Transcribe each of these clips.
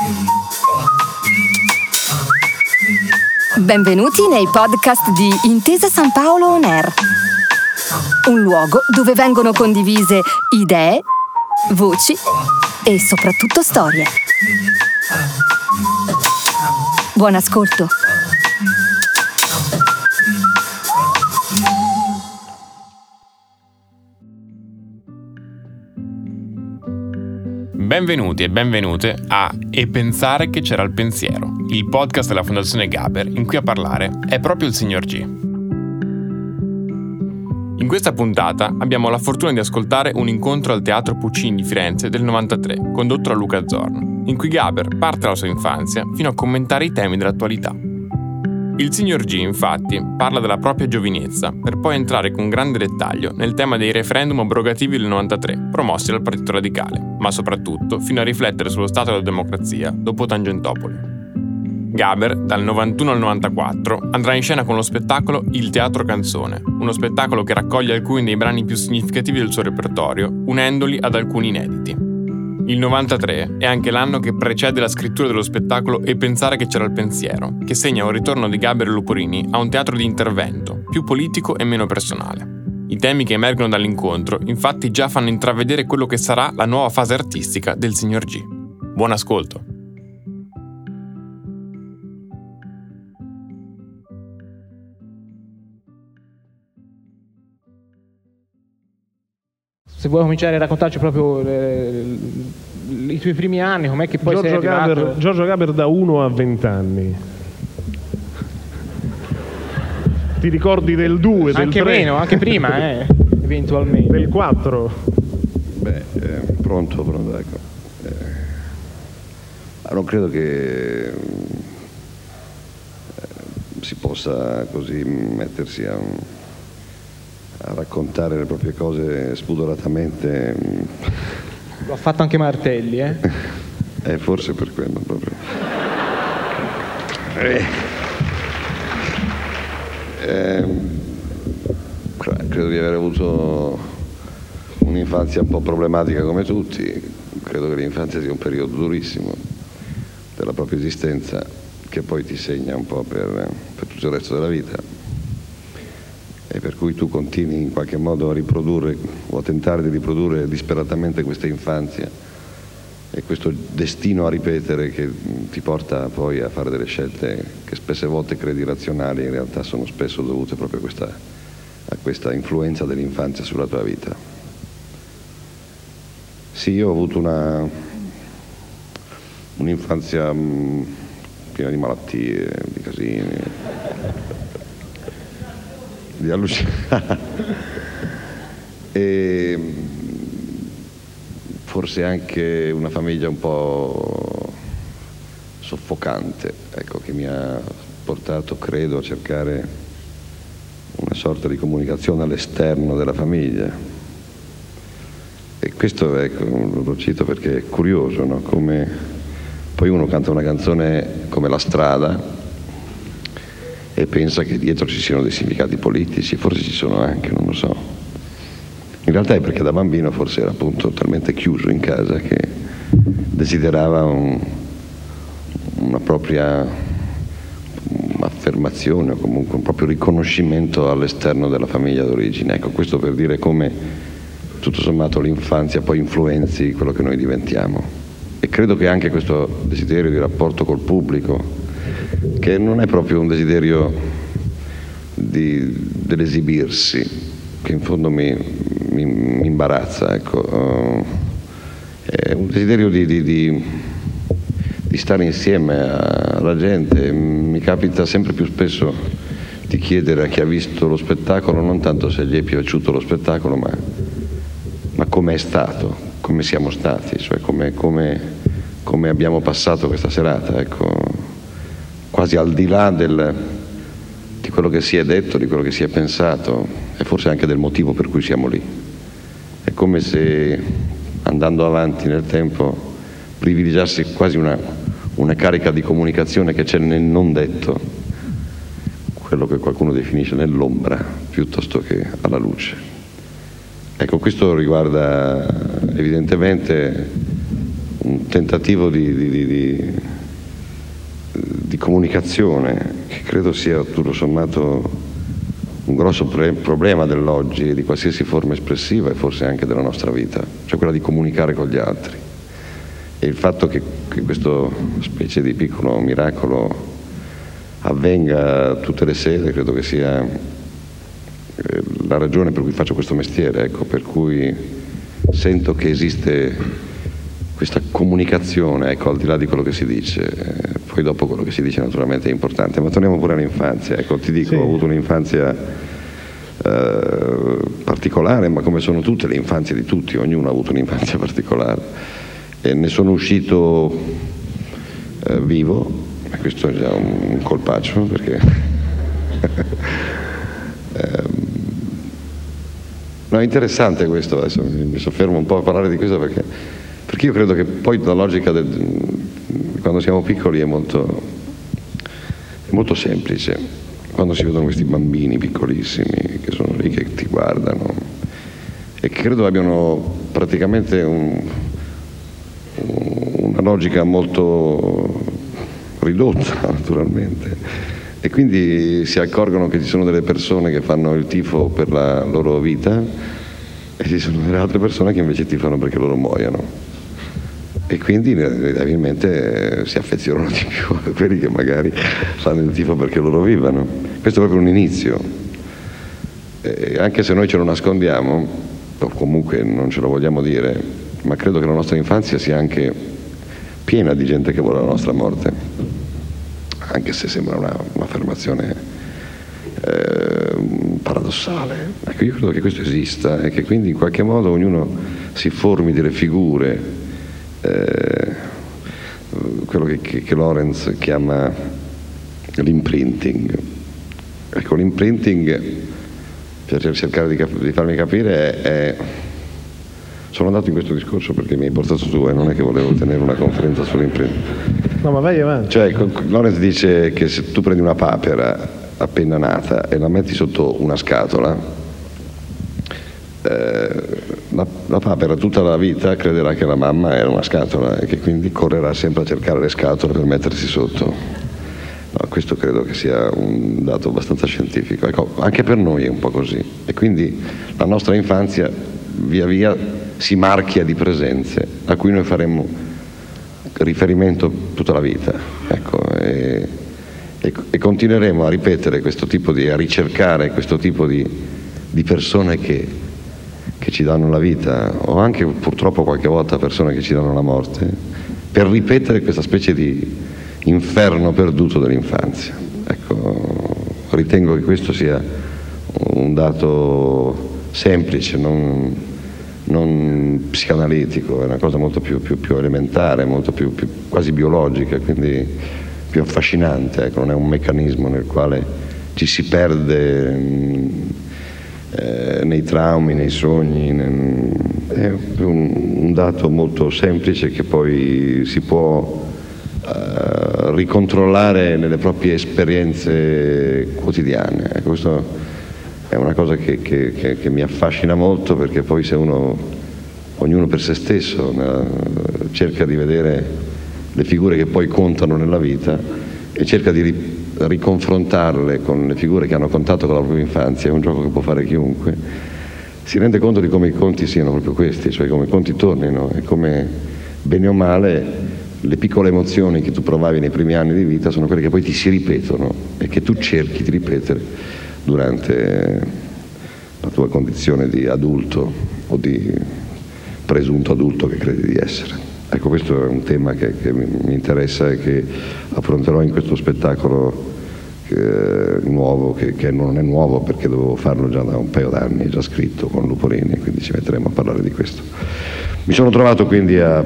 Benvenuti nei podcast di Intesa San Paolo On Air, un luogo dove vengono condivise idee, voci e soprattutto storie. Buon ascolto. Benvenuti e benvenute a E pensare che c'era il pensiero, il podcast della Fondazione Gaber in cui a parlare è proprio il signor G. In questa puntata abbiamo la fortuna di ascoltare un incontro al Teatro Puccini di Firenze del 93, condotto da Luca Zorn, in cui Gaber parte dalla sua infanzia fino a commentare i temi dell'attualità. Il signor G, infatti, parla della propria giovinezza, per poi entrare con grande dettaglio nel tema dei referendum abrogativi del 93, promossi dal Partito Radicale, ma soprattutto fino a riflettere sullo stato della democrazia dopo Tangentopoli. Gaber, dal 91 al 94, andrà in scena con lo spettacolo Il Teatro Canzone, uno spettacolo che raccoglie alcuni dei brani più significativi del suo repertorio, unendoli ad alcuni inediti. Il 93 è anche l'anno che precede la scrittura dello spettacolo E pensare che c'era il pensiero, che segna un ritorno di Gaber e Luporini a un teatro di intervento, più politico e meno personale. I temi che emergono dall'incontro, infatti, già fanno intravedere quello che sarà la nuova fase artistica del signor G. Buon ascolto! Se vuoi cominciare a raccontarci proprio i tuoi primi anni, com'è che poi sei arrivato? Giorgio Gaber da 1 a 20 anni. Ti ricordi del 2, del 3? Anche meno, anche prima, eventualmente. Del 4? Pronto, ecco. Non credo che si possa così mettersi a raccontare le proprie cose spudoratamente. Lo ha fatto anche Martelli, Forse per quello proprio. Credo di aver avuto un'infanzia un po' problematica come tutti. Credo che l'infanzia sia un periodo durissimo della propria esistenza, che poi ti segna un po' per tutto il resto della vita, e per cui tu continui in qualche modo a riprodurre o a tentare di riprodurre disperatamente questa infanzia e questo destino a ripetere che ti porta poi a fare delle scelte che spesse volte credi razionali, in realtà sono spesso dovute proprio a questa influenza dell'infanzia sulla tua vita. Sì, io ho avuto un'infanzia piena di malattie, di casini, di allucinare e forse anche una famiglia un po' soffocante, ecco, che mi ha portato, credo, a cercare una sorta di comunicazione all'esterno della famiglia. E questo, ecco, lo cito perché è curioso, no? Come poi uno canta una canzone come La strada e pensa che dietro ci siano dei significati politici, forse ci sono anche, non lo so. In realtà è perché da bambino forse era appunto talmente chiuso in casa che desiderava una propria affermazione o comunque un proprio riconoscimento all'esterno della famiglia d'origine. Ecco, questo per dire come tutto sommato l'infanzia poi influenzi quello che noi diventiamo. E credo che anche questo desiderio di rapporto col pubblico, che non è proprio un desiderio dell'esibirsi, che in fondo mi imbarazza, ecco. È un desiderio di stare insieme alla gente. Mi capita sempre più spesso di chiedere a chi ha visto lo spettacolo non tanto se gli è piaciuto lo spettacolo, ma come è stato, come siamo stati, cioè come abbiamo passato questa serata, ecco. Quasi al di là di quello che si è detto, di quello che si è pensato e forse anche del motivo per cui siamo lì. È come se, andando avanti nel tempo, privilegiassi quasi una carica di comunicazione che c'è nel non detto, quello che qualcuno definisce nell'ombra, piuttosto che alla luce. Ecco, questo riguarda evidentemente un tentativo di comunicazione che credo sia tutto sommato un grosso problema dell'oggi, di qualsiasi forma espressiva e forse anche della nostra vita, cioè quella di comunicare con gli altri. E il fatto che questo specie di piccolo miracolo avvenga tutte le sere credo che sia la ragione per cui faccio questo mestiere, ecco, per cui sento che esiste questa comunicazione, ecco, al di là di quello che si dice. Poi dopo quello che si dice naturalmente è importante, ma torniamo pure all'infanzia. Ecco, ti dico, sì. Ho avuto un'infanzia particolare, ma come sono tutte le infanzie di tutti, ognuno ha avuto un'infanzia particolare. E ne sono uscito vivo, e questo è già un colpaccio, perché no, è interessante questo, adesso mi soffermo un po' a parlare di questo perché io credo che poi la logica quando siamo piccoli è molto semplice, quando si vedono questi bambini piccolissimi che sono lì che ti guardano e che credo abbiano praticamente una logica molto ridotta naturalmente, e quindi si accorgono che ci sono delle persone che fanno il tifo per la loro vita e ci sono delle altre persone che invece tifano perché loro muoiano. E quindi inevitabilmente si affezionano di più a quelli che magari fanno il tifo perché loro vivano. Questo è proprio un inizio. E anche se noi ce lo nascondiamo, o comunque non ce lo vogliamo dire, ma credo che la nostra infanzia sia anche piena di gente che vuole la nostra morte. Anche se sembra un'affermazione paradossale. Ecco, io credo che questo esista e che quindi in qualche modo ognuno si formi delle figure, quello che Lorenz chiama l'imprinting. Ecco, l'imprinting, per cercare di farmi capire, sono andato in questo discorso perché mi hai portato tu e non è che volevo tenere una conferenza sull'imprinting. No, ma vai avanti. Cioè, Lorenz dice che se tu prendi una papera appena nata e la metti sotto una scatola, la papera tutta la vita crederà che la mamma era una scatola e che quindi correrà sempre a cercare le scatole per mettersi sotto. No, questo credo che sia un dato abbastanza scientifico. Ecco, anche per noi è un po' così. E quindi la nostra infanzia via via si marchia di presenze a cui noi faremo riferimento tutta la vita. Ecco, e continueremo a ripetere questo tipo a ricercare questo tipo di persone che ci danno la vita, o anche purtroppo qualche volta persone che ci danno la morte, per ripetere questa specie di inferno perduto dell'infanzia. Ecco, ritengo che questo sia un dato semplice, non psicanalitico, è una cosa molto più elementare, molto più quasi biologica, quindi più affascinante. Ecco, non è un meccanismo nel quale ci si perde nei traumi, nei sogni, è un dato molto semplice che poi si può ricontrollare nelle proprie esperienze quotidiane. Ecco, questo è una cosa che mi affascina molto, perché poi se ognuno per se stesso cerca di vedere le figure che poi contano nella vita e cerca di riconfrontarle con le figure che hanno contato con la propria infanzia, è un gioco che può fare chiunque, si rende conto di come i conti siano proprio questi, cioè come i conti tornino e come bene o male le piccole emozioni che tu provavi nei primi anni di vita sono quelle che poi ti si ripetono e che tu cerchi di ripetere durante la tua condizione di adulto o di presunto adulto che credi di essere. Ecco, questo è un tema che mi interessa e che affronterò in questo spettacolo nuovo, che non è nuovo perché dovevo farlo già da un paio d'anni, è già scritto con Luporini, quindi ci metteremo a parlare di questo. Mi sono trovato quindi a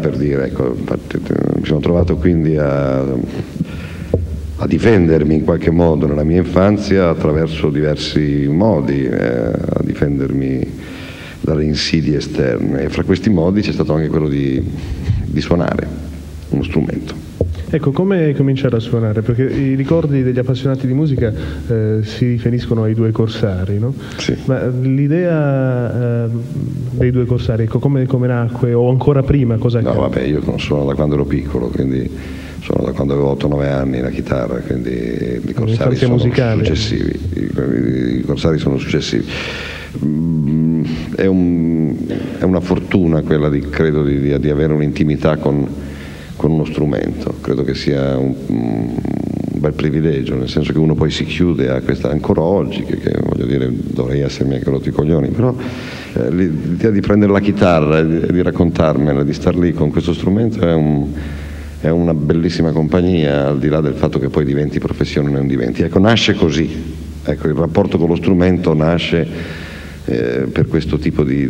difendermi in qualche modo nella mia infanzia attraverso diversi modi, a difendermi dalle insidie esterne, e fra questi modi c'è stato anche quello di suonare uno strumento. Ecco, come cominciare a suonare? Perché i ricordi degli appassionati di musica si riferiscono ai due corsari, no? Sì. Ma l'idea dei due corsari, ecco, come nacque, o ancora prima, cosa accade? No, vabbè, io suono da quando ero piccolo, quindi suono da quando avevo 8-9 anni la chitarra, quindi i corsari sono successivi. I corsari sono successivi. È una fortuna quella credo di avere un'intimità con uno strumento. Credo che sia un bel privilegio, nel senso che uno poi si chiude a questa, ancora oggi, che voglio dire, dovrei essermi anche rotto i coglioni, però l'idea di prendere la chitarra e di raccontarmela, di star lì con questo strumento è una bellissima compagnia, al di là del fatto che poi diventi professione o non diventi. Ecco, nasce così. Ecco, il rapporto con lo strumento nasce per questo tipo di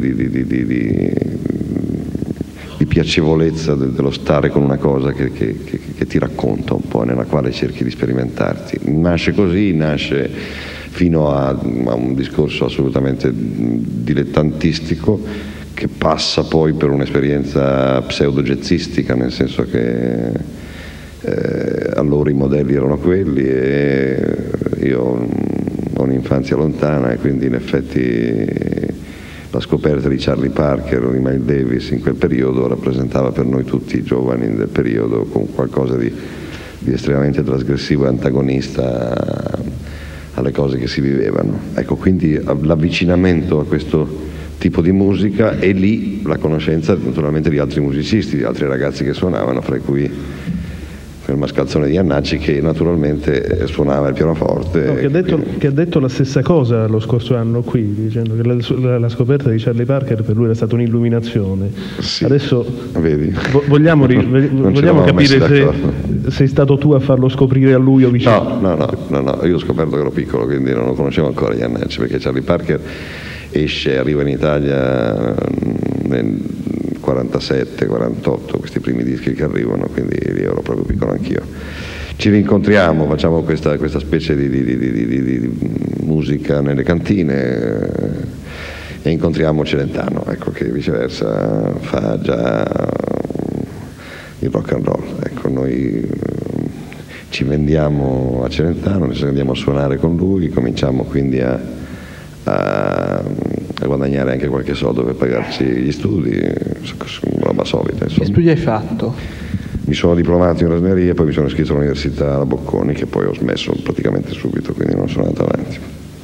piacevolezza dello stare con una cosa che ti racconta un po', nella quale cerchi di sperimentarti. Nasce così, nasce fino a un discorso assolutamente dilettantistico, che passa poi per un'esperienza pseudo-jazzistica, nel senso che allora i modelli erano quelli e io ho un'infanzia lontana, e quindi in effetti la scoperta di Charlie Parker o di Miles Davis in quel periodo rappresentava per noi tutti i giovani del periodo con qualcosa di estremamente trasgressivo e antagonista alle cose che si vivevano. Ecco, quindi l'avvicinamento a questo tipo di musica, e lì la conoscenza naturalmente di altri musicisti, di altri ragazzi che suonavano, fra cui quel mascalzone di Iannacci che naturalmente suonava il pianoforte. No, che ha detto la stessa cosa lo scorso anno qui, dicendo che la scoperta di Charlie Parker per lui era stata un'illuminazione. Sì. Adesso vedi? vogliamo capire se sei stato tu a farlo scoprire a lui o vicino. No, io ho scoperto che ero piccolo, quindi non lo conoscevo ancora Iannacci, perché Charlie Parker arriva in Italia nel 47-48, questi primi dischi che arrivano, quindi lì ero proprio piccolo anch'io. Ci rincontriamo, facciamo questa specie di musica nelle cantine e incontriamo Celentano, ecco, che viceversa fa già il rock and roll. Ecco, noi ci vendiamo a Celentano, ci andiamo a suonare con lui, cominciamo quindi a guadagnare anche qualche soldo per pagarci gli studi, roba solita, insomma. Che studi hai fatto? Mi sono diplomato in ragioneria e poi mi sono iscritto all'università alla Bocconi, che poi ho smesso praticamente subito, quindi non sono andato avanti.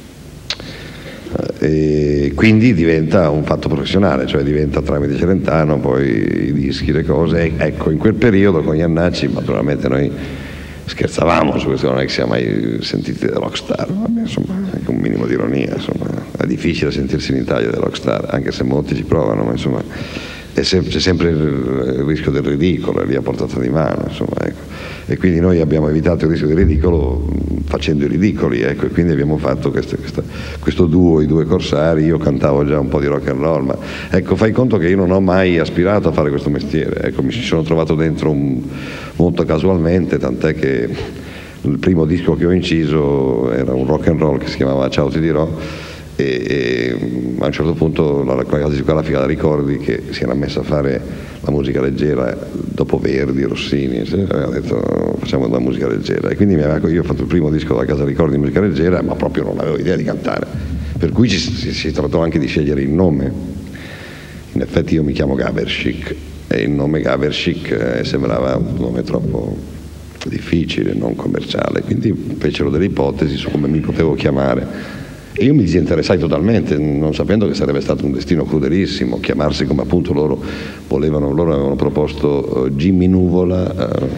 E quindi diventa un fatto professionale, cioè diventa tramite Celentano poi i dischi, le cose. Ecco, in quel periodo con Iannacci naturalmente noi scherzavamo su questo, non è che siamo mai sentiti da rockstar, insomma, anche un minimo di ironia, insomma, è difficile sentirsi in Italia da rockstar, anche se molti ci provano, ma insomma c'è sempre il rischio del ridicolo, è lì a portata di mano, insomma, ecco. E quindi noi abbiamo evitato il rischio del ridicolo facendo i ridicoli, ecco, e quindi abbiamo fatto questo duo, i due corsari. Io cantavo già un po' di rock and roll, ma ecco, fai conto che io non ho mai aspirato a fare questo mestiere, ecco, mi ci sono trovato dentro molto casualmente, tant'è che il primo disco che ho inciso era un rock and roll che si chiamava Ciao ti dirò, e a un certo punto la casa discografica ricordi che si era messa a fare la musica leggera dopo Verdi, Rossini, aveva detto facciamo la musica leggera, e quindi io ho fatto il primo disco della casa ricordi di musica leggera, ma proprio non avevo idea di cantare, per cui si trattò anche di scegliere il nome. In effetti io mi chiamo Gabershik e il nome Gabershik sembrava un nome troppo difficile, non commerciale, quindi fecero delle ipotesi su come mi potevo chiamare. E io mi disinteressai totalmente, non sapendo che sarebbe stato un destino crudelissimo chiamarsi come appunto loro volevano. Loro avevano proposto Jimmy Nuvola,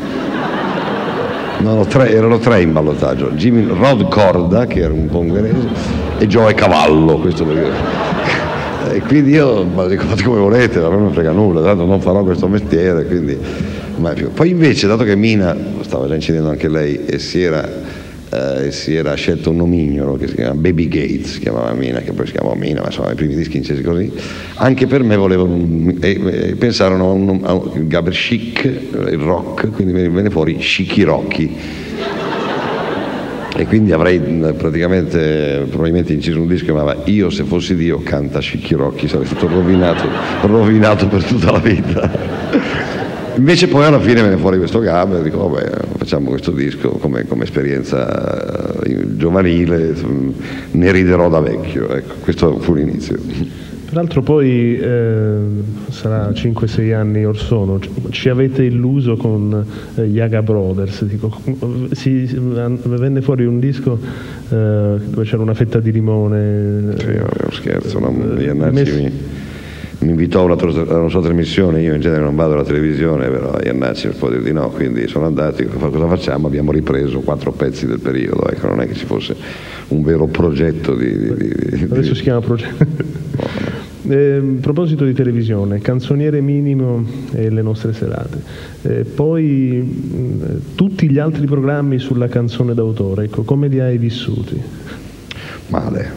erano tre in ballottaggio: Rod Corda, che era un po' ungherese, e Joe Cavallo, questo perché. E quindi io dico, fate come volete, ma non mi frega nulla, tanto non farò questo mestiere, quindi mai più. Poi invece, dato che Mina stava già incidendo anche lei e si era scelto un nomignolo che si chiama Baby Gates, si chiamava Mina, che poi si chiamava Mina, ma insomma i primi dischi incisi così, anche per me volevano pensarono a un Gabershik, il rock, quindi venne fuori Shiki Rocky, e quindi avrei probabilmente inciso un disco che chiamava Io se fossi Dio canta Shiki Rocky, sarei stato rovinato per tutta la vita. Invece poi alla fine viene fuori questo Gaber e dico vabbè, facciamo questo disco come esperienza giovanile, ne riderò da vecchio, ecco, questo fu l'inizio. Peraltro poi sarà 5-6 anni or sono, ci avete illuso con Yaga Brothers, dico, venne fuori un disco dove c'era una fetta di limone. Sì, è uno scherzo, no? Mi invitò a una sua trasmissione, io in genere non vado alla televisione, però Iannacci mi può dire di no, quindi sono andati, cosa facciamo? Abbiamo ripreso 4 pezzi del periodo, ecco, non è che ci fosse un vero progetto Adesso si chiama progetto. A proposito di televisione, Canzoniere Minimo e Le Nostre Serate, poi tutti gli altri programmi sulla canzone d'autore, ecco, come li hai vissuti? Male.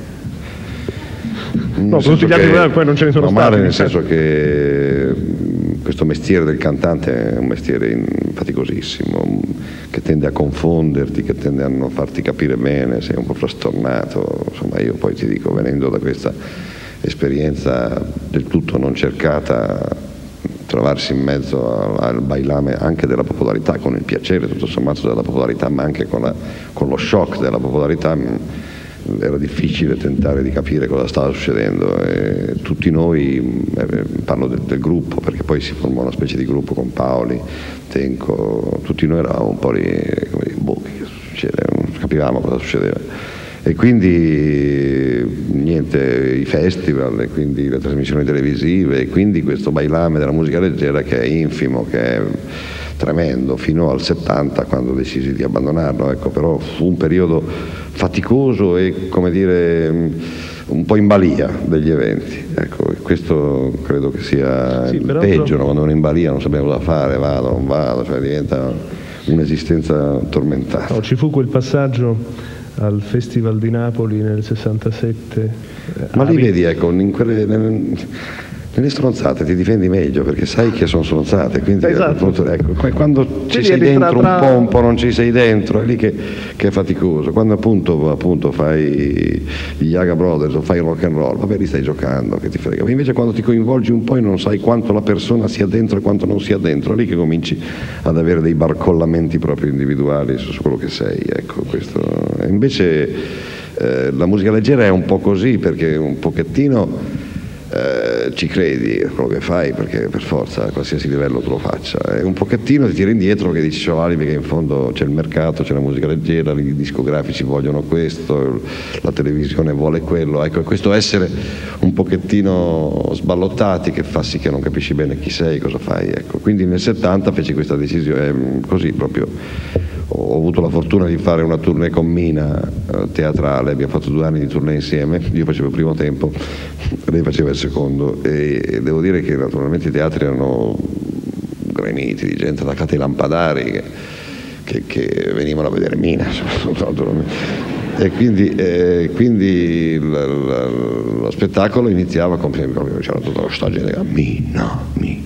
No, tutti gli altri programmi poi non ce ne sono stati. Male nel senso che questo mestiere del cantante è un mestiere faticosissimo, che tende a confonderti, che tende a non farti capire bene, sei un po' frastornato. Insomma, io poi ti dico, venendo da questa esperienza del tutto non cercata, trovarsi in mezzo al bailame anche della popolarità, con il piacere tutto sommato della popolarità, ma anche con lo shock della popolarità, era difficile tentare di capire cosa stava succedendo. E tutti noi, parlo del gruppo, perché poi si formò una specie di gruppo con Paoli, Tenco, tutti noi eravamo un po' lì, che succede, non capivamo cosa succedeva. E quindi niente, i festival, e quindi le trasmissioni televisive, e quindi questo bailame della musica leggera che è infimo, che è tremendo, fino al 70 quando decisi di abbandonarlo, ecco. Però fu un periodo faticoso e, come dire, un po' in balia degli eventi, ecco. E questo credo che sia il peggio, no? Quando uno è in balia non sappiamo cosa fare, vado, non vado, cioè diventa un'esistenza tormentata. No, ci fu quel passaggio al Festival di Napoli nel 67. Ma lì vedi, ecco, nelle stronzate ti difendi meglio, perché sai che sono stronzate, quindi esatto. Ecco, quando ci sei dentro un po' non ci sei dentro, è lì che è faticoso. Quando appunto fai gli Yaga Brothers o fai rock and roll, vabbè, lì stai giocando, che ti frega. Ma invece quando ti coinvolgi un po' e non sai quanto la persona sia dentro e quanto non sia dentro, è lì che cominci ad avere dei barcollamenti proprio individuali su quello che sei, ecco. Questo. E invece la musica leggera è un po' così, perché un pochettino ci credi a quello che fai, perché per forza a qualsiasi livello tu lo faccia, e un pochettino ti tiri indietro, che dici c'ho alibi, che in fondo c'è il mercato, c'è la musica leggera, i discografici vogliono questo, la televisione vuole quello, ecco. E questo essere un pochettino sballottati che fa sì che non capisci bene chi sei, cosa fai, ecco. Quindi nel 70 feci questa decisione, così proprio. Ho avuto la fortuna di fare una tournée con Mina teatrale, abbiamo fatto 2 anni di tournée insieme, io facevo il primo tempo, lei faceva il secondo, e devo dire che naturalmente i teatri erano gremiti di gente attaccata ai lampadari che venivano a vedere Mina, e quindi lo spettacolo iniziava con c'era tutta questa gente che Mina.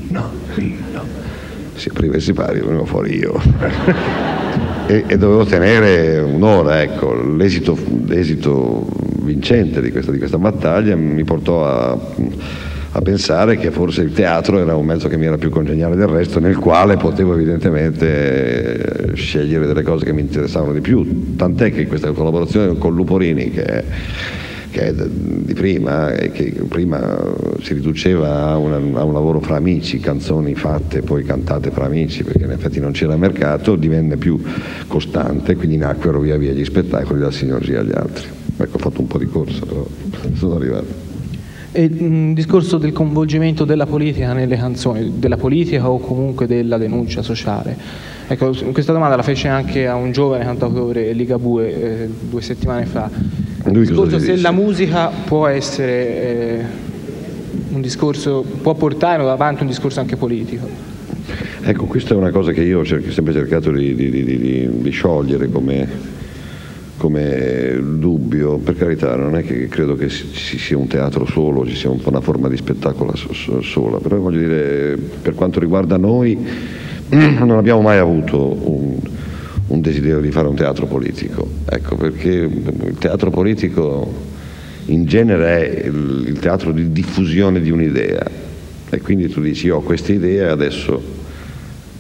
Si apriva il sipario, venivo fuori io. E dovevo tenere un'ora, ecco. L'esito vincente di questa battaglia mi portò a pensare che forse il teatro era un mezzo che mi era più congeniale del resto, nel quale potevo evidentemente scegliere delle cose che mi interessavano di più, tant'è che questa collaborazione con Luporini, che è di prima, e che prima si riduceva a un lavoro fra amici, canzoni fatte poi cantate fra amici, perché in effetti non c'era mercato, divenne più costante, quindi nacquero via via gli spettacoli dal signor G agli altri. Ecco, ho fatto un po' di corsa, però sono arrivato. E il discorso del coinvolgimento della politica nelle canzoni, della politica o comunque della denuncia sociale. Ecco, questa domanda la fece anche a un giovane cantautore, Ligabue, 2 settimane fa. Il discorso se la musica può essere un discorso, può portare avanti un discorso anche politico. Ecco, questa è una cosa che io ho sempre cercato di sciogliere come dubbio. Per carità, non è che credo che ci sia un teatro solo, ci sia una forma di spettacolo sola, però voglio dire, per quanto riguarda noi, non abbiamo mai avuto un desiderio di fare un teatro politico, ecco, perché il teatro politico in genere è il teatro di diffusione di un'idea, e quindi tu dici ho questa idea e adesso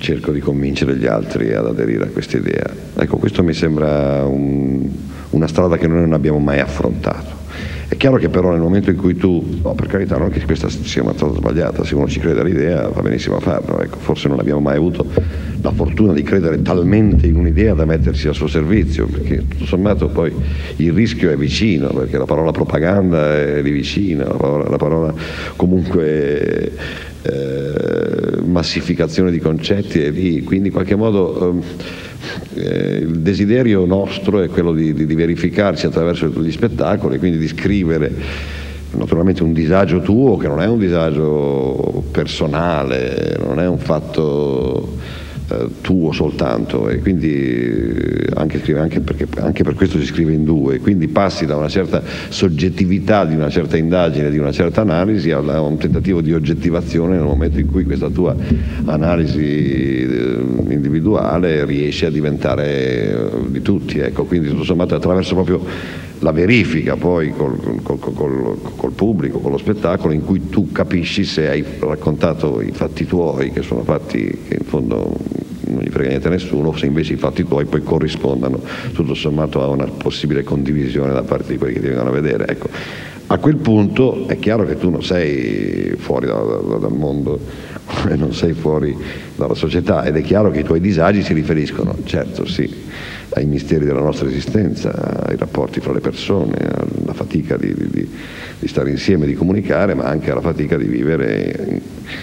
cerco di convincere gli altri ad aderire a questa idea. Ecco, questo mi sembra una strada che noi non abbiamo mai affrontato. È chiaro che però nel momento in cui tu, no, per carità, non è che questa sia una cosa sbagliata, se uno ci crede all'idea va benissimo a farlo, ecco, forse non abbiamo mai avuto la fortuna di credere talmente in un'idea da mettersi a suo servizio, perché tutto sommato poi il rischio è vicino, perché la parola propaganda è lì vicina, la parola comunque massificazione di concetti è lì, quindi in qualche modo il desiderio nostro è quello di verificarci attraverso gli spettacoli, quindi di scrivere naturalmente un disagio tuo, che non è un disagio personale, non è un fatto tuo soltanto, e quindi anche per questo si scrive in due, quindi passi da una certa soggettività, di una certa indagine, di una certa analisi a un tentativo di oggettivazione nel momento in cui questa tua analisi individuale riesce a diventare di tutti, ecco, quindi tutto sommato attraverso proprio la verifica poi col pubblico, con lo spettacolo, in cui tu capisci se hai raccontato i fatti tuoi, che sono fatti che in fondo non gli frega niente a nessuno, se invece i fatti tuoi poi corrispondono tutto sommato a una possibile condivisione da parte di quelli che ti vengono a vedere, ecco. A quel punto è chiaro che tu non sei fuori dal mondo e non sei fuori dalla società, ed è chiaro che i tuoi disagi si riferiscono, certo sì, ai misteri della nostra esistenza, ai rapporti fra le persone, alla fatica di stare insieme, di comunicare, ma anche alla fatica di vivere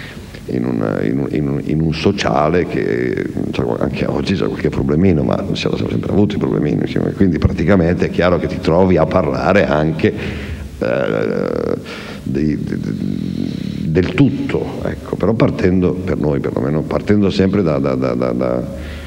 in un sociale che anche oggi c'è qualche problemino, ma siamo sempre avuti problemini, quindi praticamente è chiaro che ti trovi a parlare anche del tutto, ecco, però partendo, per noi perlomeno, partendo sempre dalla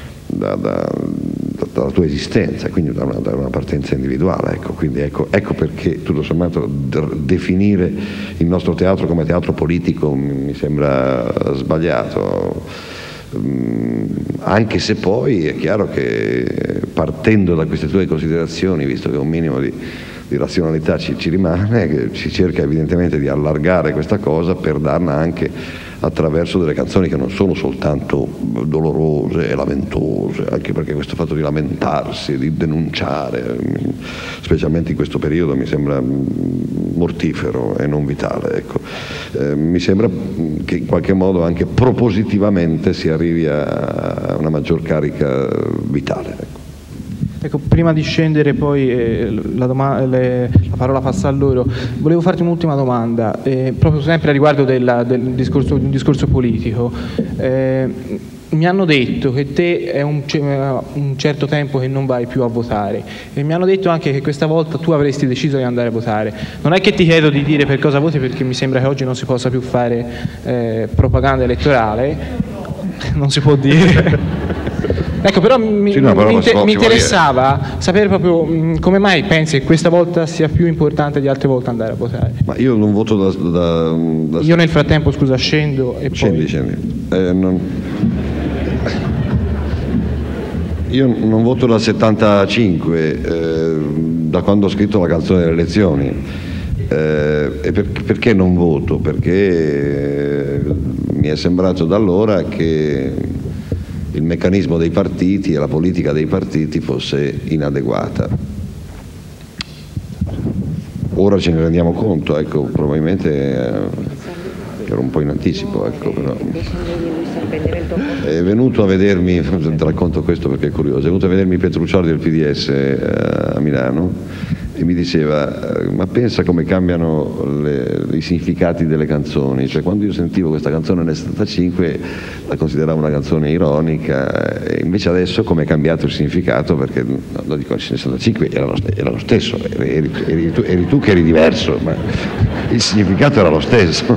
tua esistenza, quindi da una partenza individuale, ecco, quindi ecco perché tutto sommato definire il nostro teatro come teatro politico mi sembra sbagliato, anche se poi è chiaro che partendo da queste tue considerazioni, visto che un minimo di razionalità ci rimane, che si cerca evidentemente di allargare questa cosa per darla anche attraverso delle canzoni che non sono soltanto dolorose e lamentose, anche perché questo fatto di lamentarsi, di denunciare, specialmente in questo periodo, mi sembra mortifero e non vitale, ecco. Mi sembra che in qualche modo anche propositivamente si arrivi a una maggior carica vitale, ecco. Ecco, prima di scendere poi la parola passa a loro, volevo farti un'ultima domanda, proprio sempre a riguardo del discorso politico. Mi hanno detto che te è un certo tempo che non vai più a votare, e mi hanno detto anche che questa volta tu avresti deciso di andare a votare. Non è che ti chiedo di dire per cosa voti, perché mi sembra che oggi non si possa più fare propaganda elettorale, non si può dire. Ecco, però mi interessava sapere proprio come mai pensi che questa volta sia più importante di altre volte andare a votare. Ma io non voto Io nel frattempo, scusa, scendo e scendi. Io non voto dal 75, da quando ho scritto la canzone delle elezioni. E perché non voto? Perché mi è sembrato da allora che il meccanismo dei partiti e la politica dei partiti fosse inadeguata. Ora ce ne rendiamo conto, ecco, probabilmente ero un po' in anticipo, ecco, però. È venuto a vedermi, ti racconto questo perché è curioso, è venuto a vedermi Petruccioli del PDS a Milano e mi diceva: ma pensa come cambiano i significati delle canzoni, cioè quando io sentivo questa canzone nel 75 la consideravo una canzone ironica, e invece adesso come è cambiato il significato, perché lo dico, nel 75 era lo stesso, eri tu che eri diverso, ma il significato era lo stesso.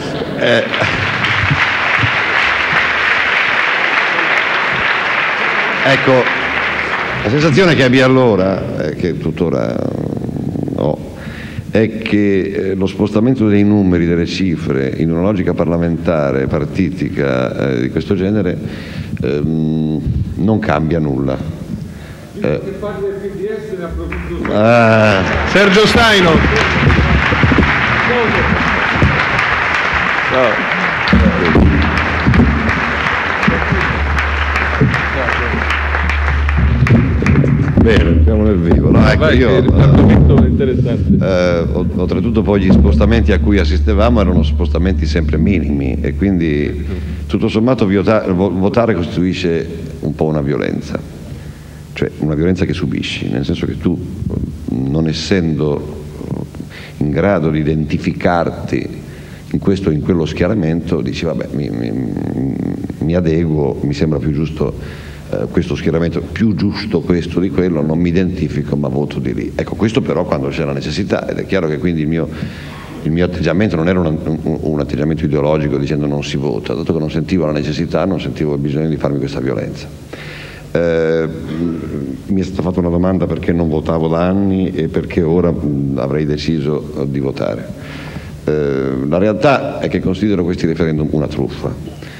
Ecco, la sensazione che abbia allora, che tuttora ho, è che lo spostamento dei numeri, delle cifre, in una logica parlamentare, partitica di questo genere, non cambia nulla. Sergio Staino. Bene, siamo nel vivo. No, ecco, l'argomento è interessante. Oltretutto poi gli spostamenti a cui assistevamo erano spostamenti sempre minimi e quindi tutto sommato votare costituisce un po' una violenza, cioè una violenza che subisci, nel senso che tu, non essendo in grado di identificarti in questo o in quello schieramento, dici vabbè, mi adeguo, mi sembra più giusto questo schieramento, più giusto questo di quello, non mi identifico ma voto di lì. Ecco, questo però quando c'è la necessità, ed è chiaro che quindi il mio atteggiamento non era un atteggiamento ideologico dicendo non si vota, dato che non sentivo la necessità, non sentivo il bisogno di farmi questa violenza. Mi è stata fatta una domanda perché non votavo da anni e perché ora avrei deciso di votare. La realtà è che considero questi referendum una truffa.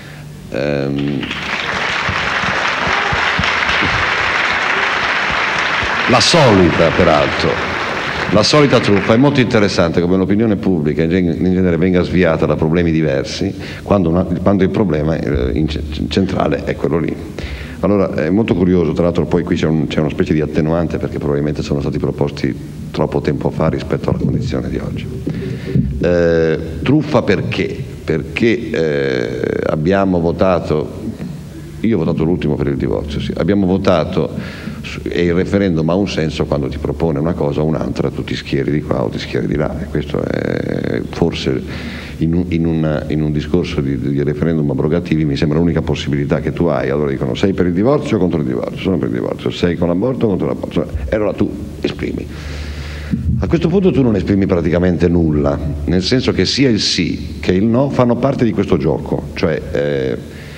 La solita, peraltro, la solita truffa. È molto interessante come l'opinione pubblica in genere venga sviata da problemi diversi quando il problema centrale è quello lì. Allora è molto curioso, tra l'altro poi qui c'è una specie di attenuante perché probabilmente sono stati proposti troppo tempo fa rispetto alla condizione di oggi. Truffa perché? Perché abbiamo votato, io ho votato l'ultimo per il divorzio, sì. Abbiamo votato e il referendum ha un senso quando ti propone una cosa o un'altra, tu ti schieri di qua o ti schieri di là, e questo è forse in un discorso di referendum abrogativi mi sembra l'unica possibilità che tu hai. Allora dicono sei per il divorzio o contro il divorzio? Sono per il divorzio. Sei con l'aborto o contro l'aborto? E allora tu esprimi. A questo punto tu non esprimi praticamente nulla, nel senso che sia il sì che il no fanno parte di questo gioco, cioè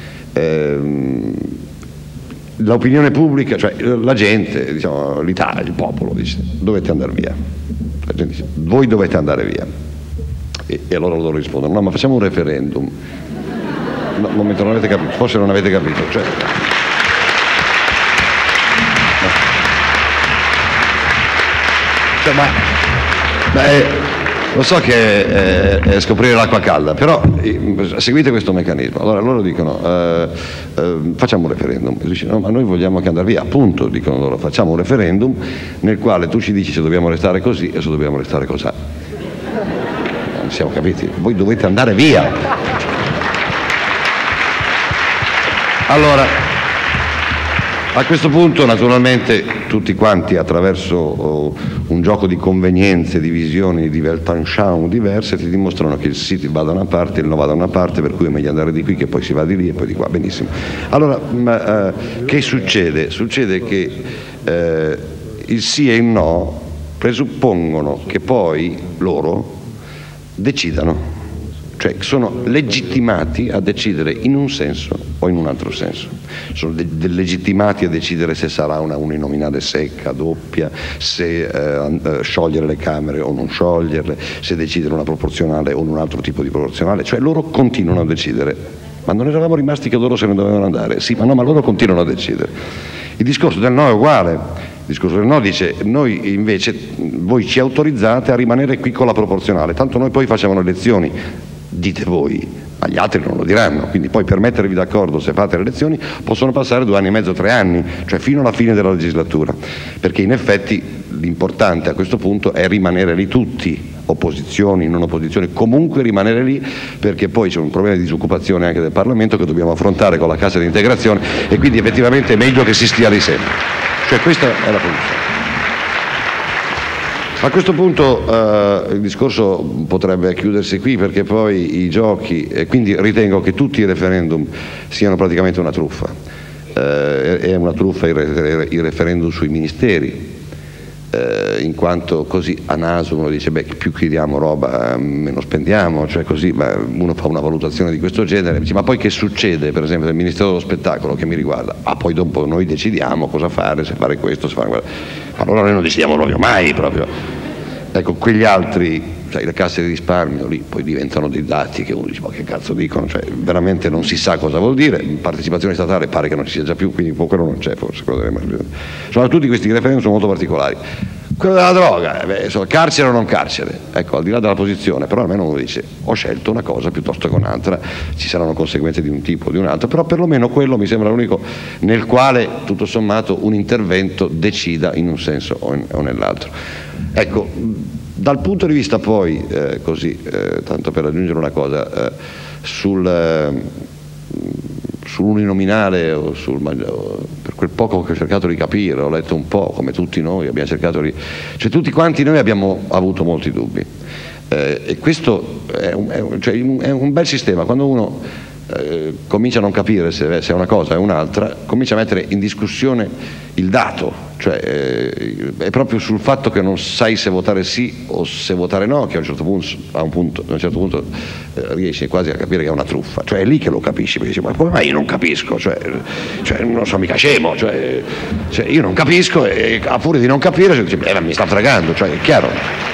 l'opinione pubblica, cioè la gente, diciamo, l'Italia, il popolo dice dovete andare via, la gente dice voi dovete andare via e allora loro rispondono no, ma facciamo un referendum. No, un momento, non avete capito, forse non avete capito, cioè, lo so che è scoprire l'acqua calda, però seguite questo meccanismo. Allora loro dicono facciamo un referendum, e dice no, ma noi vogliamo che andare via, appunto, dicono loro, facciamo un referendum nel quale tu ci dici se dobbiamo restare così e se dobbiamo restare così. Non siamo capiti, voi dovete andare via. Allora a questo punto naturalmente tutti quanti attraverso un gioco di convenienze, di visioni, di Weltanschauung diverse ti dimostrano che il sì va da una parte e il no va da una parte, per cui è meglio andare di qui che poi si va di lì e poi di qua. Benissimo. Allora che succede? Succede che il sì e il no presuppongono che poi loro decidano, cioè sono legittimati a decidere in un senso o in un altro senso, sono legittimati a decidere se sarà una uninominale secca, doppia, se sciogliere le Camere o non scioglierle, se decidere una proporzionale o un altro tipo di proporzionale, cioè loro continuano a decidere. Ma non eravamo rimasti che loro se ne dovevano andare? Sì, ma no, ma loro continuano a decidere. Il discorso del no è uguale. Il discorso del no dice noi invece, voi ci autorizzate a rimanere qui con la proporzionale, tanto noi poi facciamo le elezioni, dite voi, ma gli altri non lo diranno, quindi poi per mettervi d'accordo se fate le elezioni possono passare 2 anni e mezzo, 3 anni, cioè fino alla fine della legislatura, perché in effetti l'importante a questo punto è rimanere lì tutti, opposizioni, non opposizioni, comunque rimanere lì, perché poi c'è un problema di disoccupazione anche del Parlamento che dobbiamo affrontare con la cassa di integrazione e quindi effettivamente è meglio che si stia lì sempre. Cioè questa è la posizione. A questo punto il discorso potrebbe chiudersi qui perché poi i giochi, e quindi ritengo che tutti i referendum siano praticamente una truffa. È una truffa il referendum sui ministeri, in quanto così a naso uno dice beh, più chiediamo roba meno spendiamo, cioè così uno fa una valutazione di questo genere, dice, ma poi che succede per esempio nel Ministero dello Spettacolo che mi riguarda? Poi dopo noi decidiamo cosa fare, se fare questo, se fare quello. Allora noi non decidiamo proprio mai proprio. Ecco, quegli altri, cioè le casse di risparmio lì poi diventano dei dati che uno dice ma che cazzo dicono, cioè veramente non si sa cosa vuol dire, partecipazione statale pare che non ci sia già più, quindi quello non c'è forse, quello insomma tutti questi referendum sono molto particolari. Quello della droga, carcere o non carcere, ecco, al di là della posizione, però almeno uno dice ho scelto una cosa piuttosto che un'altra, ci saranno conseguenze di un tipo o di un altro, però perlomeno quello mi sembra l'unico nel quale tutto sommato un intervento decida in un senso o nell'altro. Ecco, dal punto di vista poi, tanto per aggiungere una cosa, sull'uninominale o per quel poco che ho cercato di capire, ho letto un po', come tutti noi abbiamo cercato di, cioè tutti quanti noi abbiamo avuto molti dubbi, e questo è un bel sistema. Quando uno comincia a non capire se è una cosa o un'altra, comincia a mettere in discussione il dato, cioè è proprio sul fatto che non sai se votare sì o se votare no che a un certo punto riesci quasi a capire che è una truffa, cioè è lì che lo capisci, perché dici ma come mai io non capisco, cioè non sono mica scemo, cioè io non capisco e a furia di non capire dici, mi sta fregando, cioè è chiaro.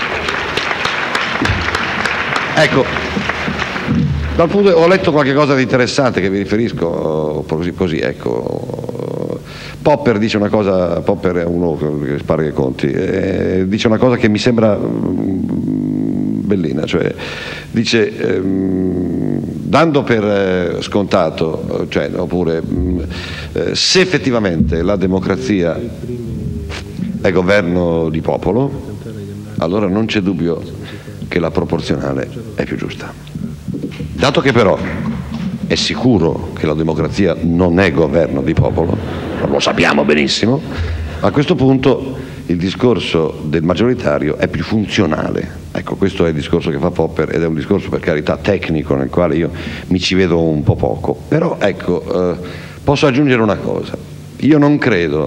Ecco, ho letto qualche cosa di interessante che vi riferisco così, ecco. Popper dice una cosa, Popper è uno che spara i conti, dice una cosa che mi sembra bellina, cioè dice dando per scontato, cioè, oppure se effettivamente la democrazia è governo di popolo, allora non c'è dubbio che la proporzionale è più giusta. Dato che però è sicuro che la democrazia non è governo di popolo, lo sappiamo benissimo, a questo punto il discorso del maggioritario è più funzionale. Ecco, questo è il discorso che fa Popper ed è un discorso per carità tecnico nel quale io mi ci vedo un po' poco, però ecco, posso aggiungere una cosa: io non credo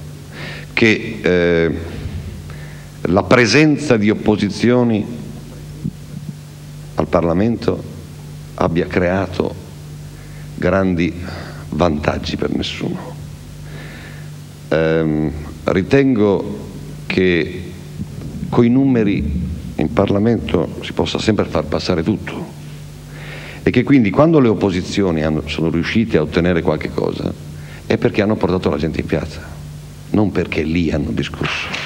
che la presenza di opposizioni al Parlamento abbia creato grandi vantaggi per nessuno. Ritengo che coi numeri in Parlamento si possa sempre far passare tutto e che quindi quando le opposizioni sono riuscite a ottenere qualche cosa è perché hanno portato la gente in piazza, non perché lì hanno discusso.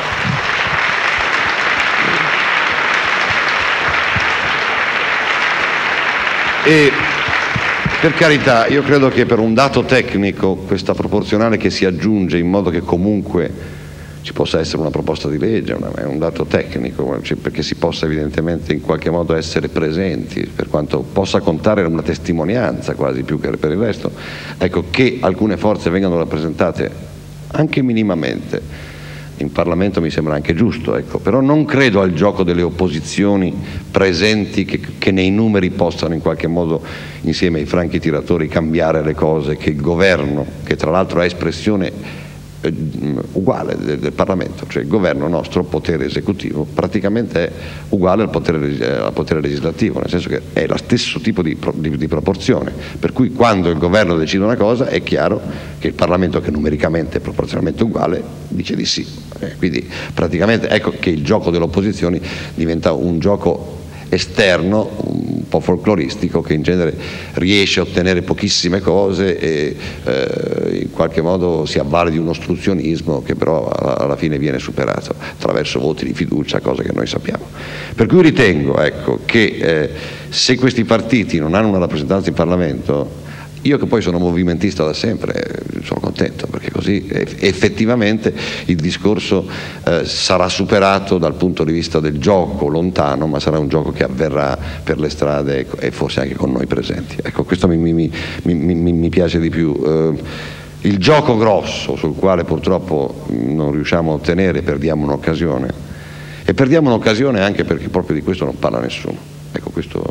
E per carità, io credo che per un dato tecnico questa proporzionale che si aggiunge in modo che comunque ci possa essere una proposta di legge, è un dato tecnico, cioè perché si possa evidentemente in qualche modo essere presenti, per quanto possa contare una testimonianza quasi più che per il resto, ecco, che alcune forze vengano rappresentate anche minimamente in Parlamento mi sembra anche giusto, ecco. Però non credo al gioco delle opposizioni presenti che nei numeri possano in qualche modo insieme ai franchi tiratori cambiare le cose, che il governo, che tra l'altro è espressione uguale del Parlamento, cioè il governo nostro, potere esecutivo, praticamente è uguale al potere legislativo, nel senso che è lo stesso tipo di proporzione, per cui quando il governo decide una cosa è chiaro che il Parlamento, che numericamente è proporzionalmente uguale, dice di sì. Quindi praticamente ecco che il gioco delle opposizioni diventa un gioco esterno, un po' folcloristico, che in genere riesce a ottenere pochissime cose e in qualche modo si avvale di un ostruzionismo che però alla fine viene superato attraverso voti di fiducia, cosa che noi sappiamo. Per cui ritengo, ecco, che se questi partiti non hanno una rappresentanza in Parlamento, io che poi sono movimentista da sempre sono contento, perché così effettivamente il discorso sarà superato dal punto di vista del gioco lontano, ma sarà un gioco che avverrà per le strade e forse anche con noi presenti. Ecco, questo mi piace di più. Il gioco grosso sul quale purtroppo non riusciamo a ottenere, perdiamo un'occasione, e perdiamo un'occasione anche perché proprio di questo non parla nessuno. Ecco, questo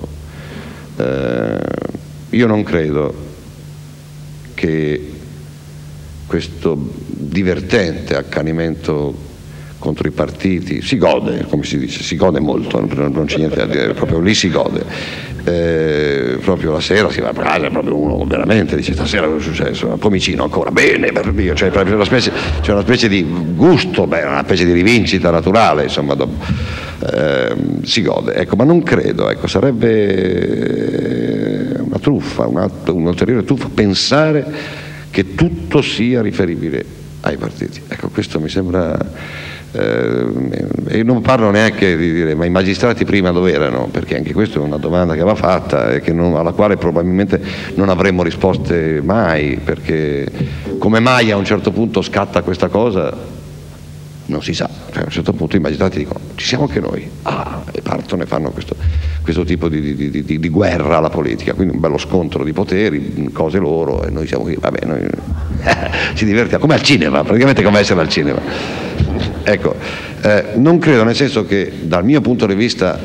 io non credo che questo divertente accanimento contro i partiti si gode, come si dice, si gode molto, non c'è niente da dire, proprio lì si gode, proprio la sera si va a casa, proprio uno veramente dice stasera cosa è successo, pomicino ancora, bene per Dio, c'è una specie di gusto, una specie di rivincita naturale, insomma, si gode, ecco, ma non credo, ecco, sarebbe una truffa, un'ulteriore truffa pensare che tutto sia riferibile ai partiti. Ecco, questo mi sembra E non parlo neanche di dire ma i magistrati prima dove erano, perché anche questa è una domanda che va fatta e alla quale probabilmente non avremo risposte mai, perché come mai a un certo punto scatta questa cosa non si sa. Cioè, a un certo punto i magistrati dicono ci siamo anche noi, e partono e fanno questo tipo di guerra alla politica, quindi un bello scontro di poteri, cose loro, e noi siamo qui, vabbè, noi ci divertiamo, come al cinema, praticamente come essere al cinema. Ecco, non credo, nel senso che dal mio punto di vista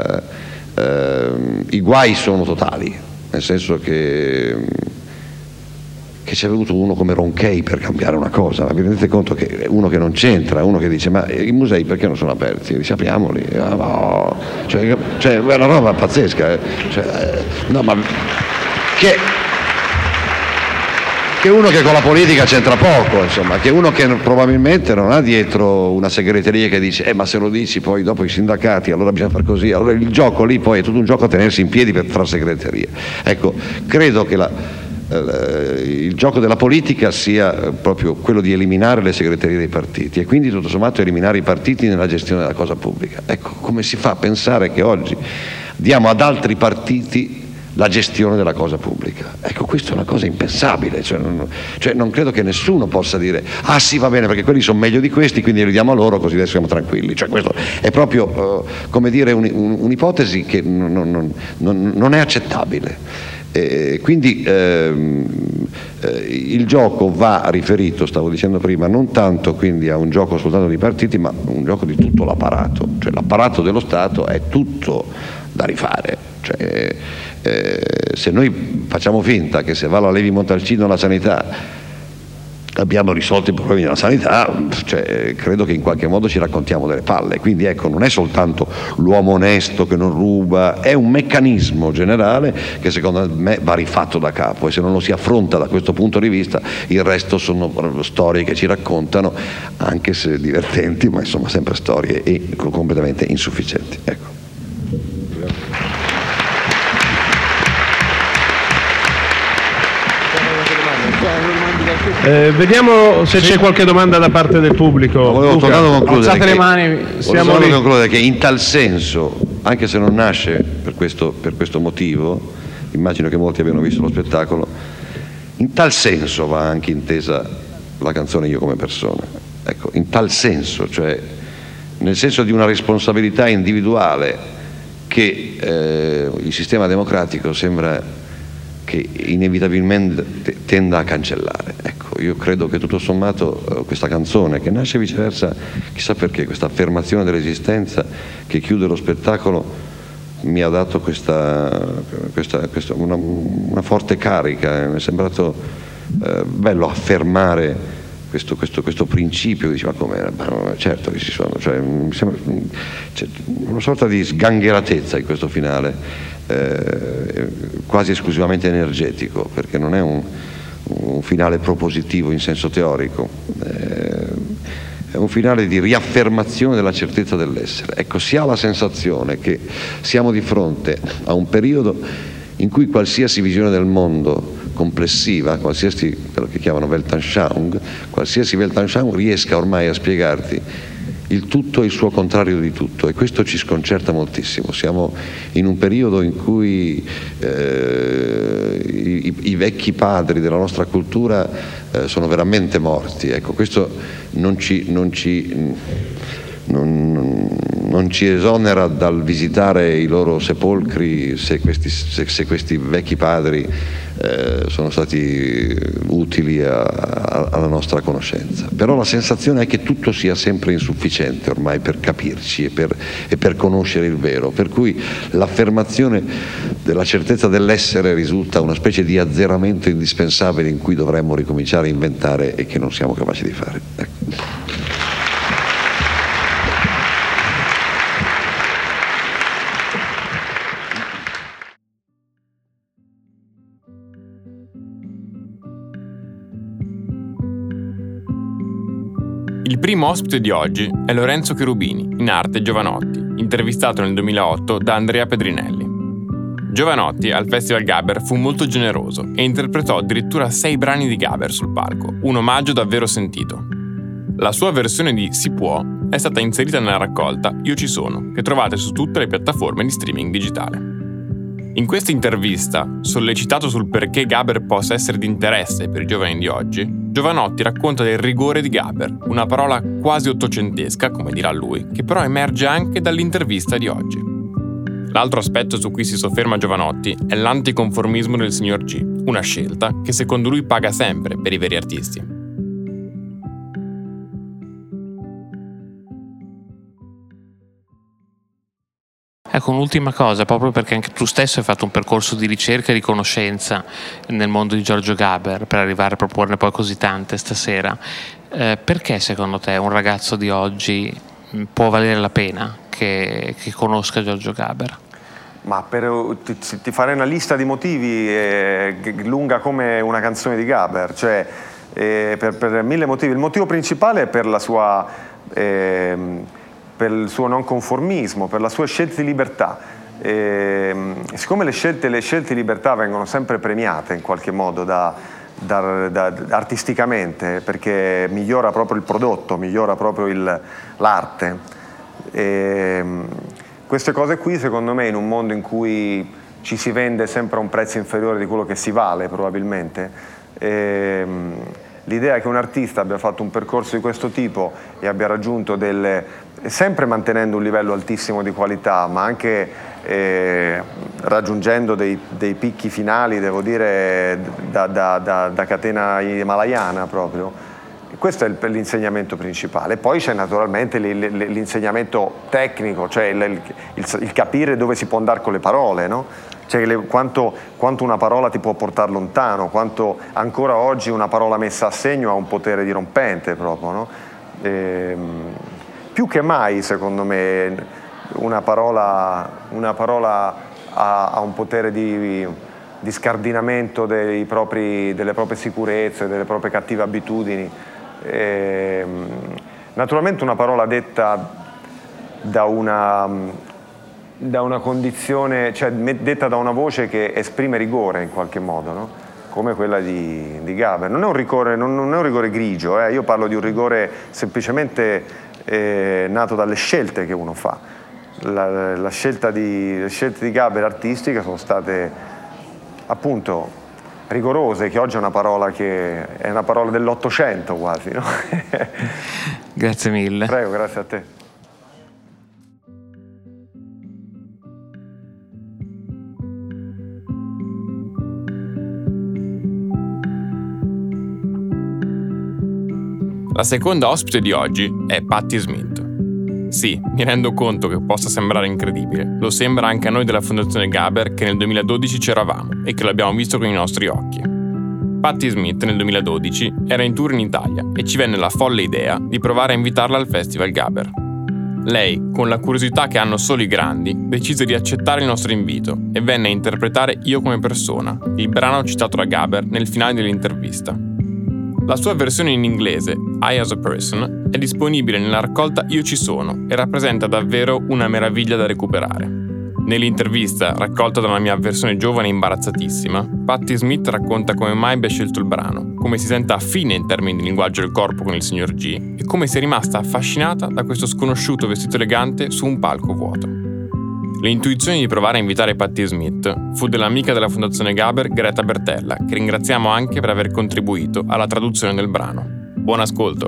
i guai sono totali, nel senso che ci è venuto uno come Ronchey per cambiare una cosa. Vi rendete conto che uno che non c'entra, uno che dice ma i musei perché non sono aperti? Dice apriamoli. No. Cioè è una roba pazzesca. No, ma che uno che con la politica c'entra poco, insomma, che uno che probabilmente non ha dietro una segreteria che dice ma se lo dici poi dopo i sindacati allora bisogna fare così, allora il gioco lì poi è tutto un gioco a tenersi in piedi tra segreterie. Ecco, credo che il gioco della politica sia proprio quello di eliminare le segreterie dei partiti e quindi tutto sommato eliminare i partiti nella gestione della cosa pubblica. Ecco, come si fa a pensare che oggi diamo ad altri partiti la gestione della cosa pubblica? Ecco, questa è una cosa impensabile, cioè non credo che nessuno possa dire sì, va bene, perché quelli sono meglio di questi, quindi li diamo a loro così adesso siamo tranquilli. Cioè, questo è proprio come dire un'ipotesi che non è accettabile. Quindi il gioco va riferito, stavo dicendo prima, non tanto quindi a un gioco soltanto di partiti, ma un gioco di tutto l'apparato, cioè l'apparato dello Stato è tutto da rifare. Cioè, se noi facciamo finta che se va la Levi Montalcino alla sanità abbiamo risolto i problemi della sanità, cioè, credo che in qualche modo ci raccontiamo delle palle. Quindi ecco, non è soltanto l'uomo onesto che non ruba, è un meccanismo generale che secondo me va rifatto da capo, e se non lo si affronta da questo punto di vista il resto sono storie che ci raccontano, anche se divertenti, ma insomma sempre storie e completamente insufficienti. Ecco. Vediamo se c'è qualche domanda da parte del pubblico. Volevo soltanto concludere che in tal senso, anche se non nasce per questo motivo, immagino che molti abbiano visto lo spettacolo, in tal senso va anche intesa la canzone Io come persona. Ecco, in tal senso, cioè nel senso di una responsabilità individuale che il sistema democratico sembra che inevitabilmente tenda a cancellare. Ecco, io credo che tutto sommato questa canzone, che nasce viceversa, chissà perché, questa affermazione dell'esistenza che chiude lo spettacolo, mi ha dato una forte carica. Mi è sembrato bello affermare questo principio. Dice, ma come? Certo che ci sono, cioè, mi sembra, c'è una sorta di sgangheratezza in questo finale, quasi esclusivamente energetico, perché non è un finale propositivo in senso teorico, è un finale di riaffermazione della certezza dell'essere. Ecco, si ha la sensazione che siamo di fronte a un periodo in cui qualsiasi visione del mondo complessiva, qualsiasi, quello che chiamano Weltanschauung, qualsiasi Weltanschauung riesca ormai a spiegarti il tutto e il suo contrario di tutto, e questo ci sconcerta moltissimo. Siamo in un periodo in cui i vecchi padri della nostra cultura sono veramente morti. Ecco, questo non ci esonera dal visitare i loro sepolcri se questi vecchi padri sono stati utili alla nostra conoscenza. Però la sensazione è che tutto sia sempre insufficiente ormai per capirci e per conoscere il vero, per cui l'affermazione della certezza dell'essere risulta una specie di azzeramento indispensabile in cui dovremmo ricominciare a inventare e che non siamo capaci di fare. Ecco. Il primo ospite di oggi è Lorenzo Cherubini, in arte Giovanotti, intervistato nel 2008 da Andrea Pedrinelli. Giovanotti al Festival Gaber fu molto generoso e interpretò addirittura 6 brani di Gaber sul palco, un omaggio davvero sentito. La sua versione di Si può è stata inserita nella raccolta Io ci sono, che trovate su tutte le piattaforme di streaming digitale. In questa intervista, sollecitato sul perché Gaber possa essere di interesse per i giovani di oggi, Jovanotti racconta del rigore di Gaber, una parola quasi ottocentesca, come dirà lui, che però emerge anche dall'intervista di oggi. L'altro aspetto su cui si sofferma Jovanotti è l'anticonformismo del signor G, una scelta che secondo lui paga sempre per i veri artisti. Ecco, un'ultima cosa, proprio perché anche tu stesso hai fatto un percorso di ricerca e di conoscenza nel mondo di Giorgio Gaber per arrivare a proporne poi così tante stasera. Perché secondo te un ragazzo di oggi può valere la pena che conosca Giorgio Gaber? Ma ti farei una lista di motivi lunga come una canzone di Gaber, cioè per mille motivi. Il motivo principale è per la sua... per il suo non conformismo, per la sua scelta di libertà. Siccome le scelte di libertà vengono sempre premiate in qualche modo artisticamente, perché migliora proprio il prodotto, migliora proprio l'arte, queste cose qui secondo me in un mondo in cui ci si vende sempre a un prezzo inferiore di quello che si vale probabilmente, l'idea che un artista abbia fatto un percorso di questo tipo e abbia raggiunto sempre mantenendo un livello altissimo di qualità, ma anche raggiungendo dei picchi finali, devo dire, da catena himalayana proprio. Questo è l'insegnamento principale. Poi c'è naturalmente l'insegnamento tecnico, cioè il capire dove si può andare con le parole, no? Cioè quanto una parola ti può portare lontano, quanto ancora oggi una parola messa a segno ha un potere dirompente proprio, no? Più che mai, secondo me, una parola ha un potere di scardinamento delle proprie sicurezze, delle proprie cattive abitudini. Naturalmente una parola detta da una condizione, cioè detta da una voce che esprime rigore in qualche modo, no? Come quella di Gaber. Non è un rigore grigio, io parlo di un rigore semplicemente nato dalle scelte che uno fa. Le scelte di Gaber artistiche sono state appunto rigorose, che oggi è una parola dell'Ottocento quasi, no? Grazie mille. Prego, grazie a te. La seconda ospite di oggi è Patti Smith. Sì, mi rendo conto che possa sembrare incredibile, lo sembra anche a noi della Fondazione Gaber che nel 2012 c'eravamo e che l'abbiamo visto con i nostri occhi. Patti Smith nel 2012 era in tour in Italia e ci venne la folle idea di provare a invitarla al Festival Gaber. Lei, con la curiosità che hanno solo i grandi, decise di accettare il nostro invito e venne a interpretare Io come persona, il brano citato da Gaber nel finale dell'intervista. La sua versione in inglese, I as a Person, è disponibile nella raccolta Io ci sono e rappresenta davvero una meraviglia da recuperare. Nell'intervista, raccolta da una mia versione giovane e imbarazzatissima, Patti Smith racconta come mai abbia scelto il brano, come si senta affine in termini di linguaggio del corpo con il signor G e come sia rimasta affascinata da questo sconosciuto vestito elegante su un palco vuoto. L'intuizione di provare a invitare Patti Smith fu dell'amica della Fondazione Gaber Greta Bertella, che ringraziamo anche per aver contribuito alla traduzione del brano. Buon ascolto!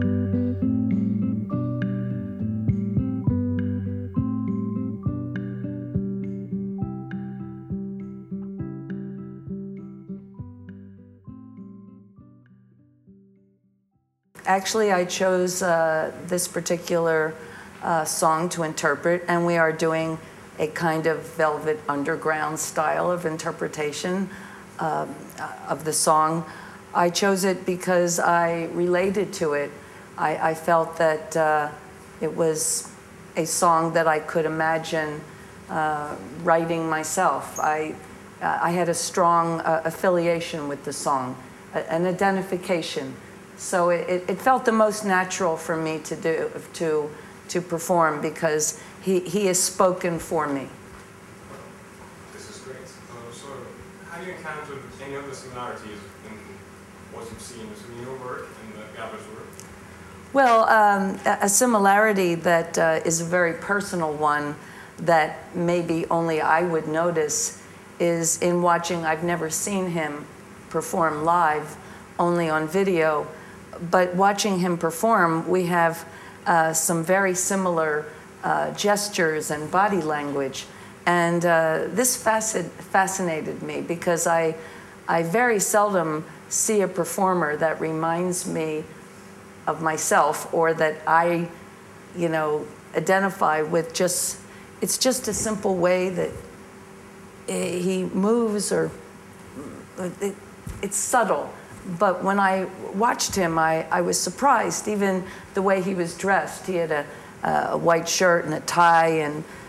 Actually, I chose this particular song to interpret, and we are doing a kind of Velvet Underground style of interpretation of the song. I chose it because I related to it. I felt that it was a song that I could imagine writing myself. I had a strong affiliation with the song, an identification. So it felt the most natural for me to perform because he has spoken for me. This is great. So have you encountered any other similarities in what you've seen between your work and Gaber's work? Well, a similarity that is a very personal one that maybe only I would notice is in watching, I've never seen him perform live, only on video, but watching him perform, we have some very similar gestures and body language. And this fascinated me because I very seldom see a performer that reminds me of myself or that I, identify with it's just a simple way that he moves, or it's subtle. But when I watched him, I was surprised, even the way he was dressed. He had a white shirt and a tie,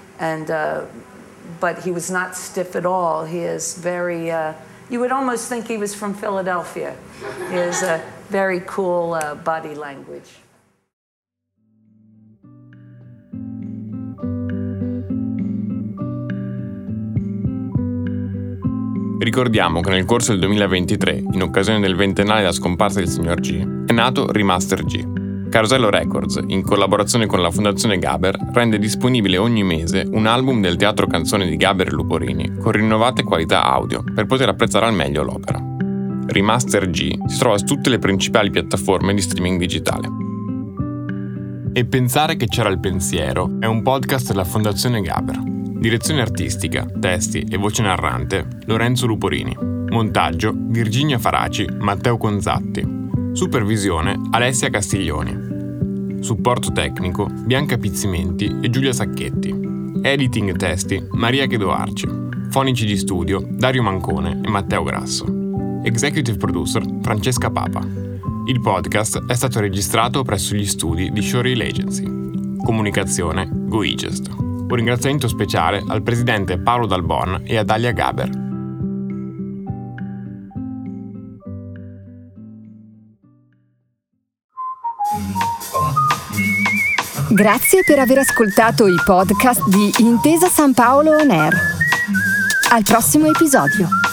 but he was not stiff at all. He is very, you would almost think he was from Philadelphia. He has a very cool body language. Ricordiamo che nel corso del 2023, in occasione del ventennale della scomparsa del signor G, è nato Remaster G. Carosello Records, in collaborazione con la Fondazione Gaber, rende disponibile ogni mese un album del teatro canzone di Gaber e Luporini con rinnovate qualità audio per poter apprezzare al meglio l'opera. Remaster G si trova su tutte le principali piattaforme di streaming digitale. E pensare che c'era il pensiero è un podcast della Fondazione Gaber. Direzione artistica, testi e voce narrante Lorenzo Luporini. Montaggio Virginia Faraci, Matteo Conzatti. Supervisione Alessia Castiglioni. Supporto tecnico Bianca Pizzimenti e Giulia Sacchetti. Editing testi Maria Chedoarci. Fonici di studio Dario Mancone e Matteo Grasso. Executive producer Francesca Papa. Il podcast è stato registrato presso gli studi di Showreel Agency. Comunicazione GoEgest. Un ringraziamento speciale al presidente Paolo Dal Bon e a Dalia Gaber. Grazie per aver ascoltato i podcast di Intesa San Paolo On Air. Al prossimo episodio.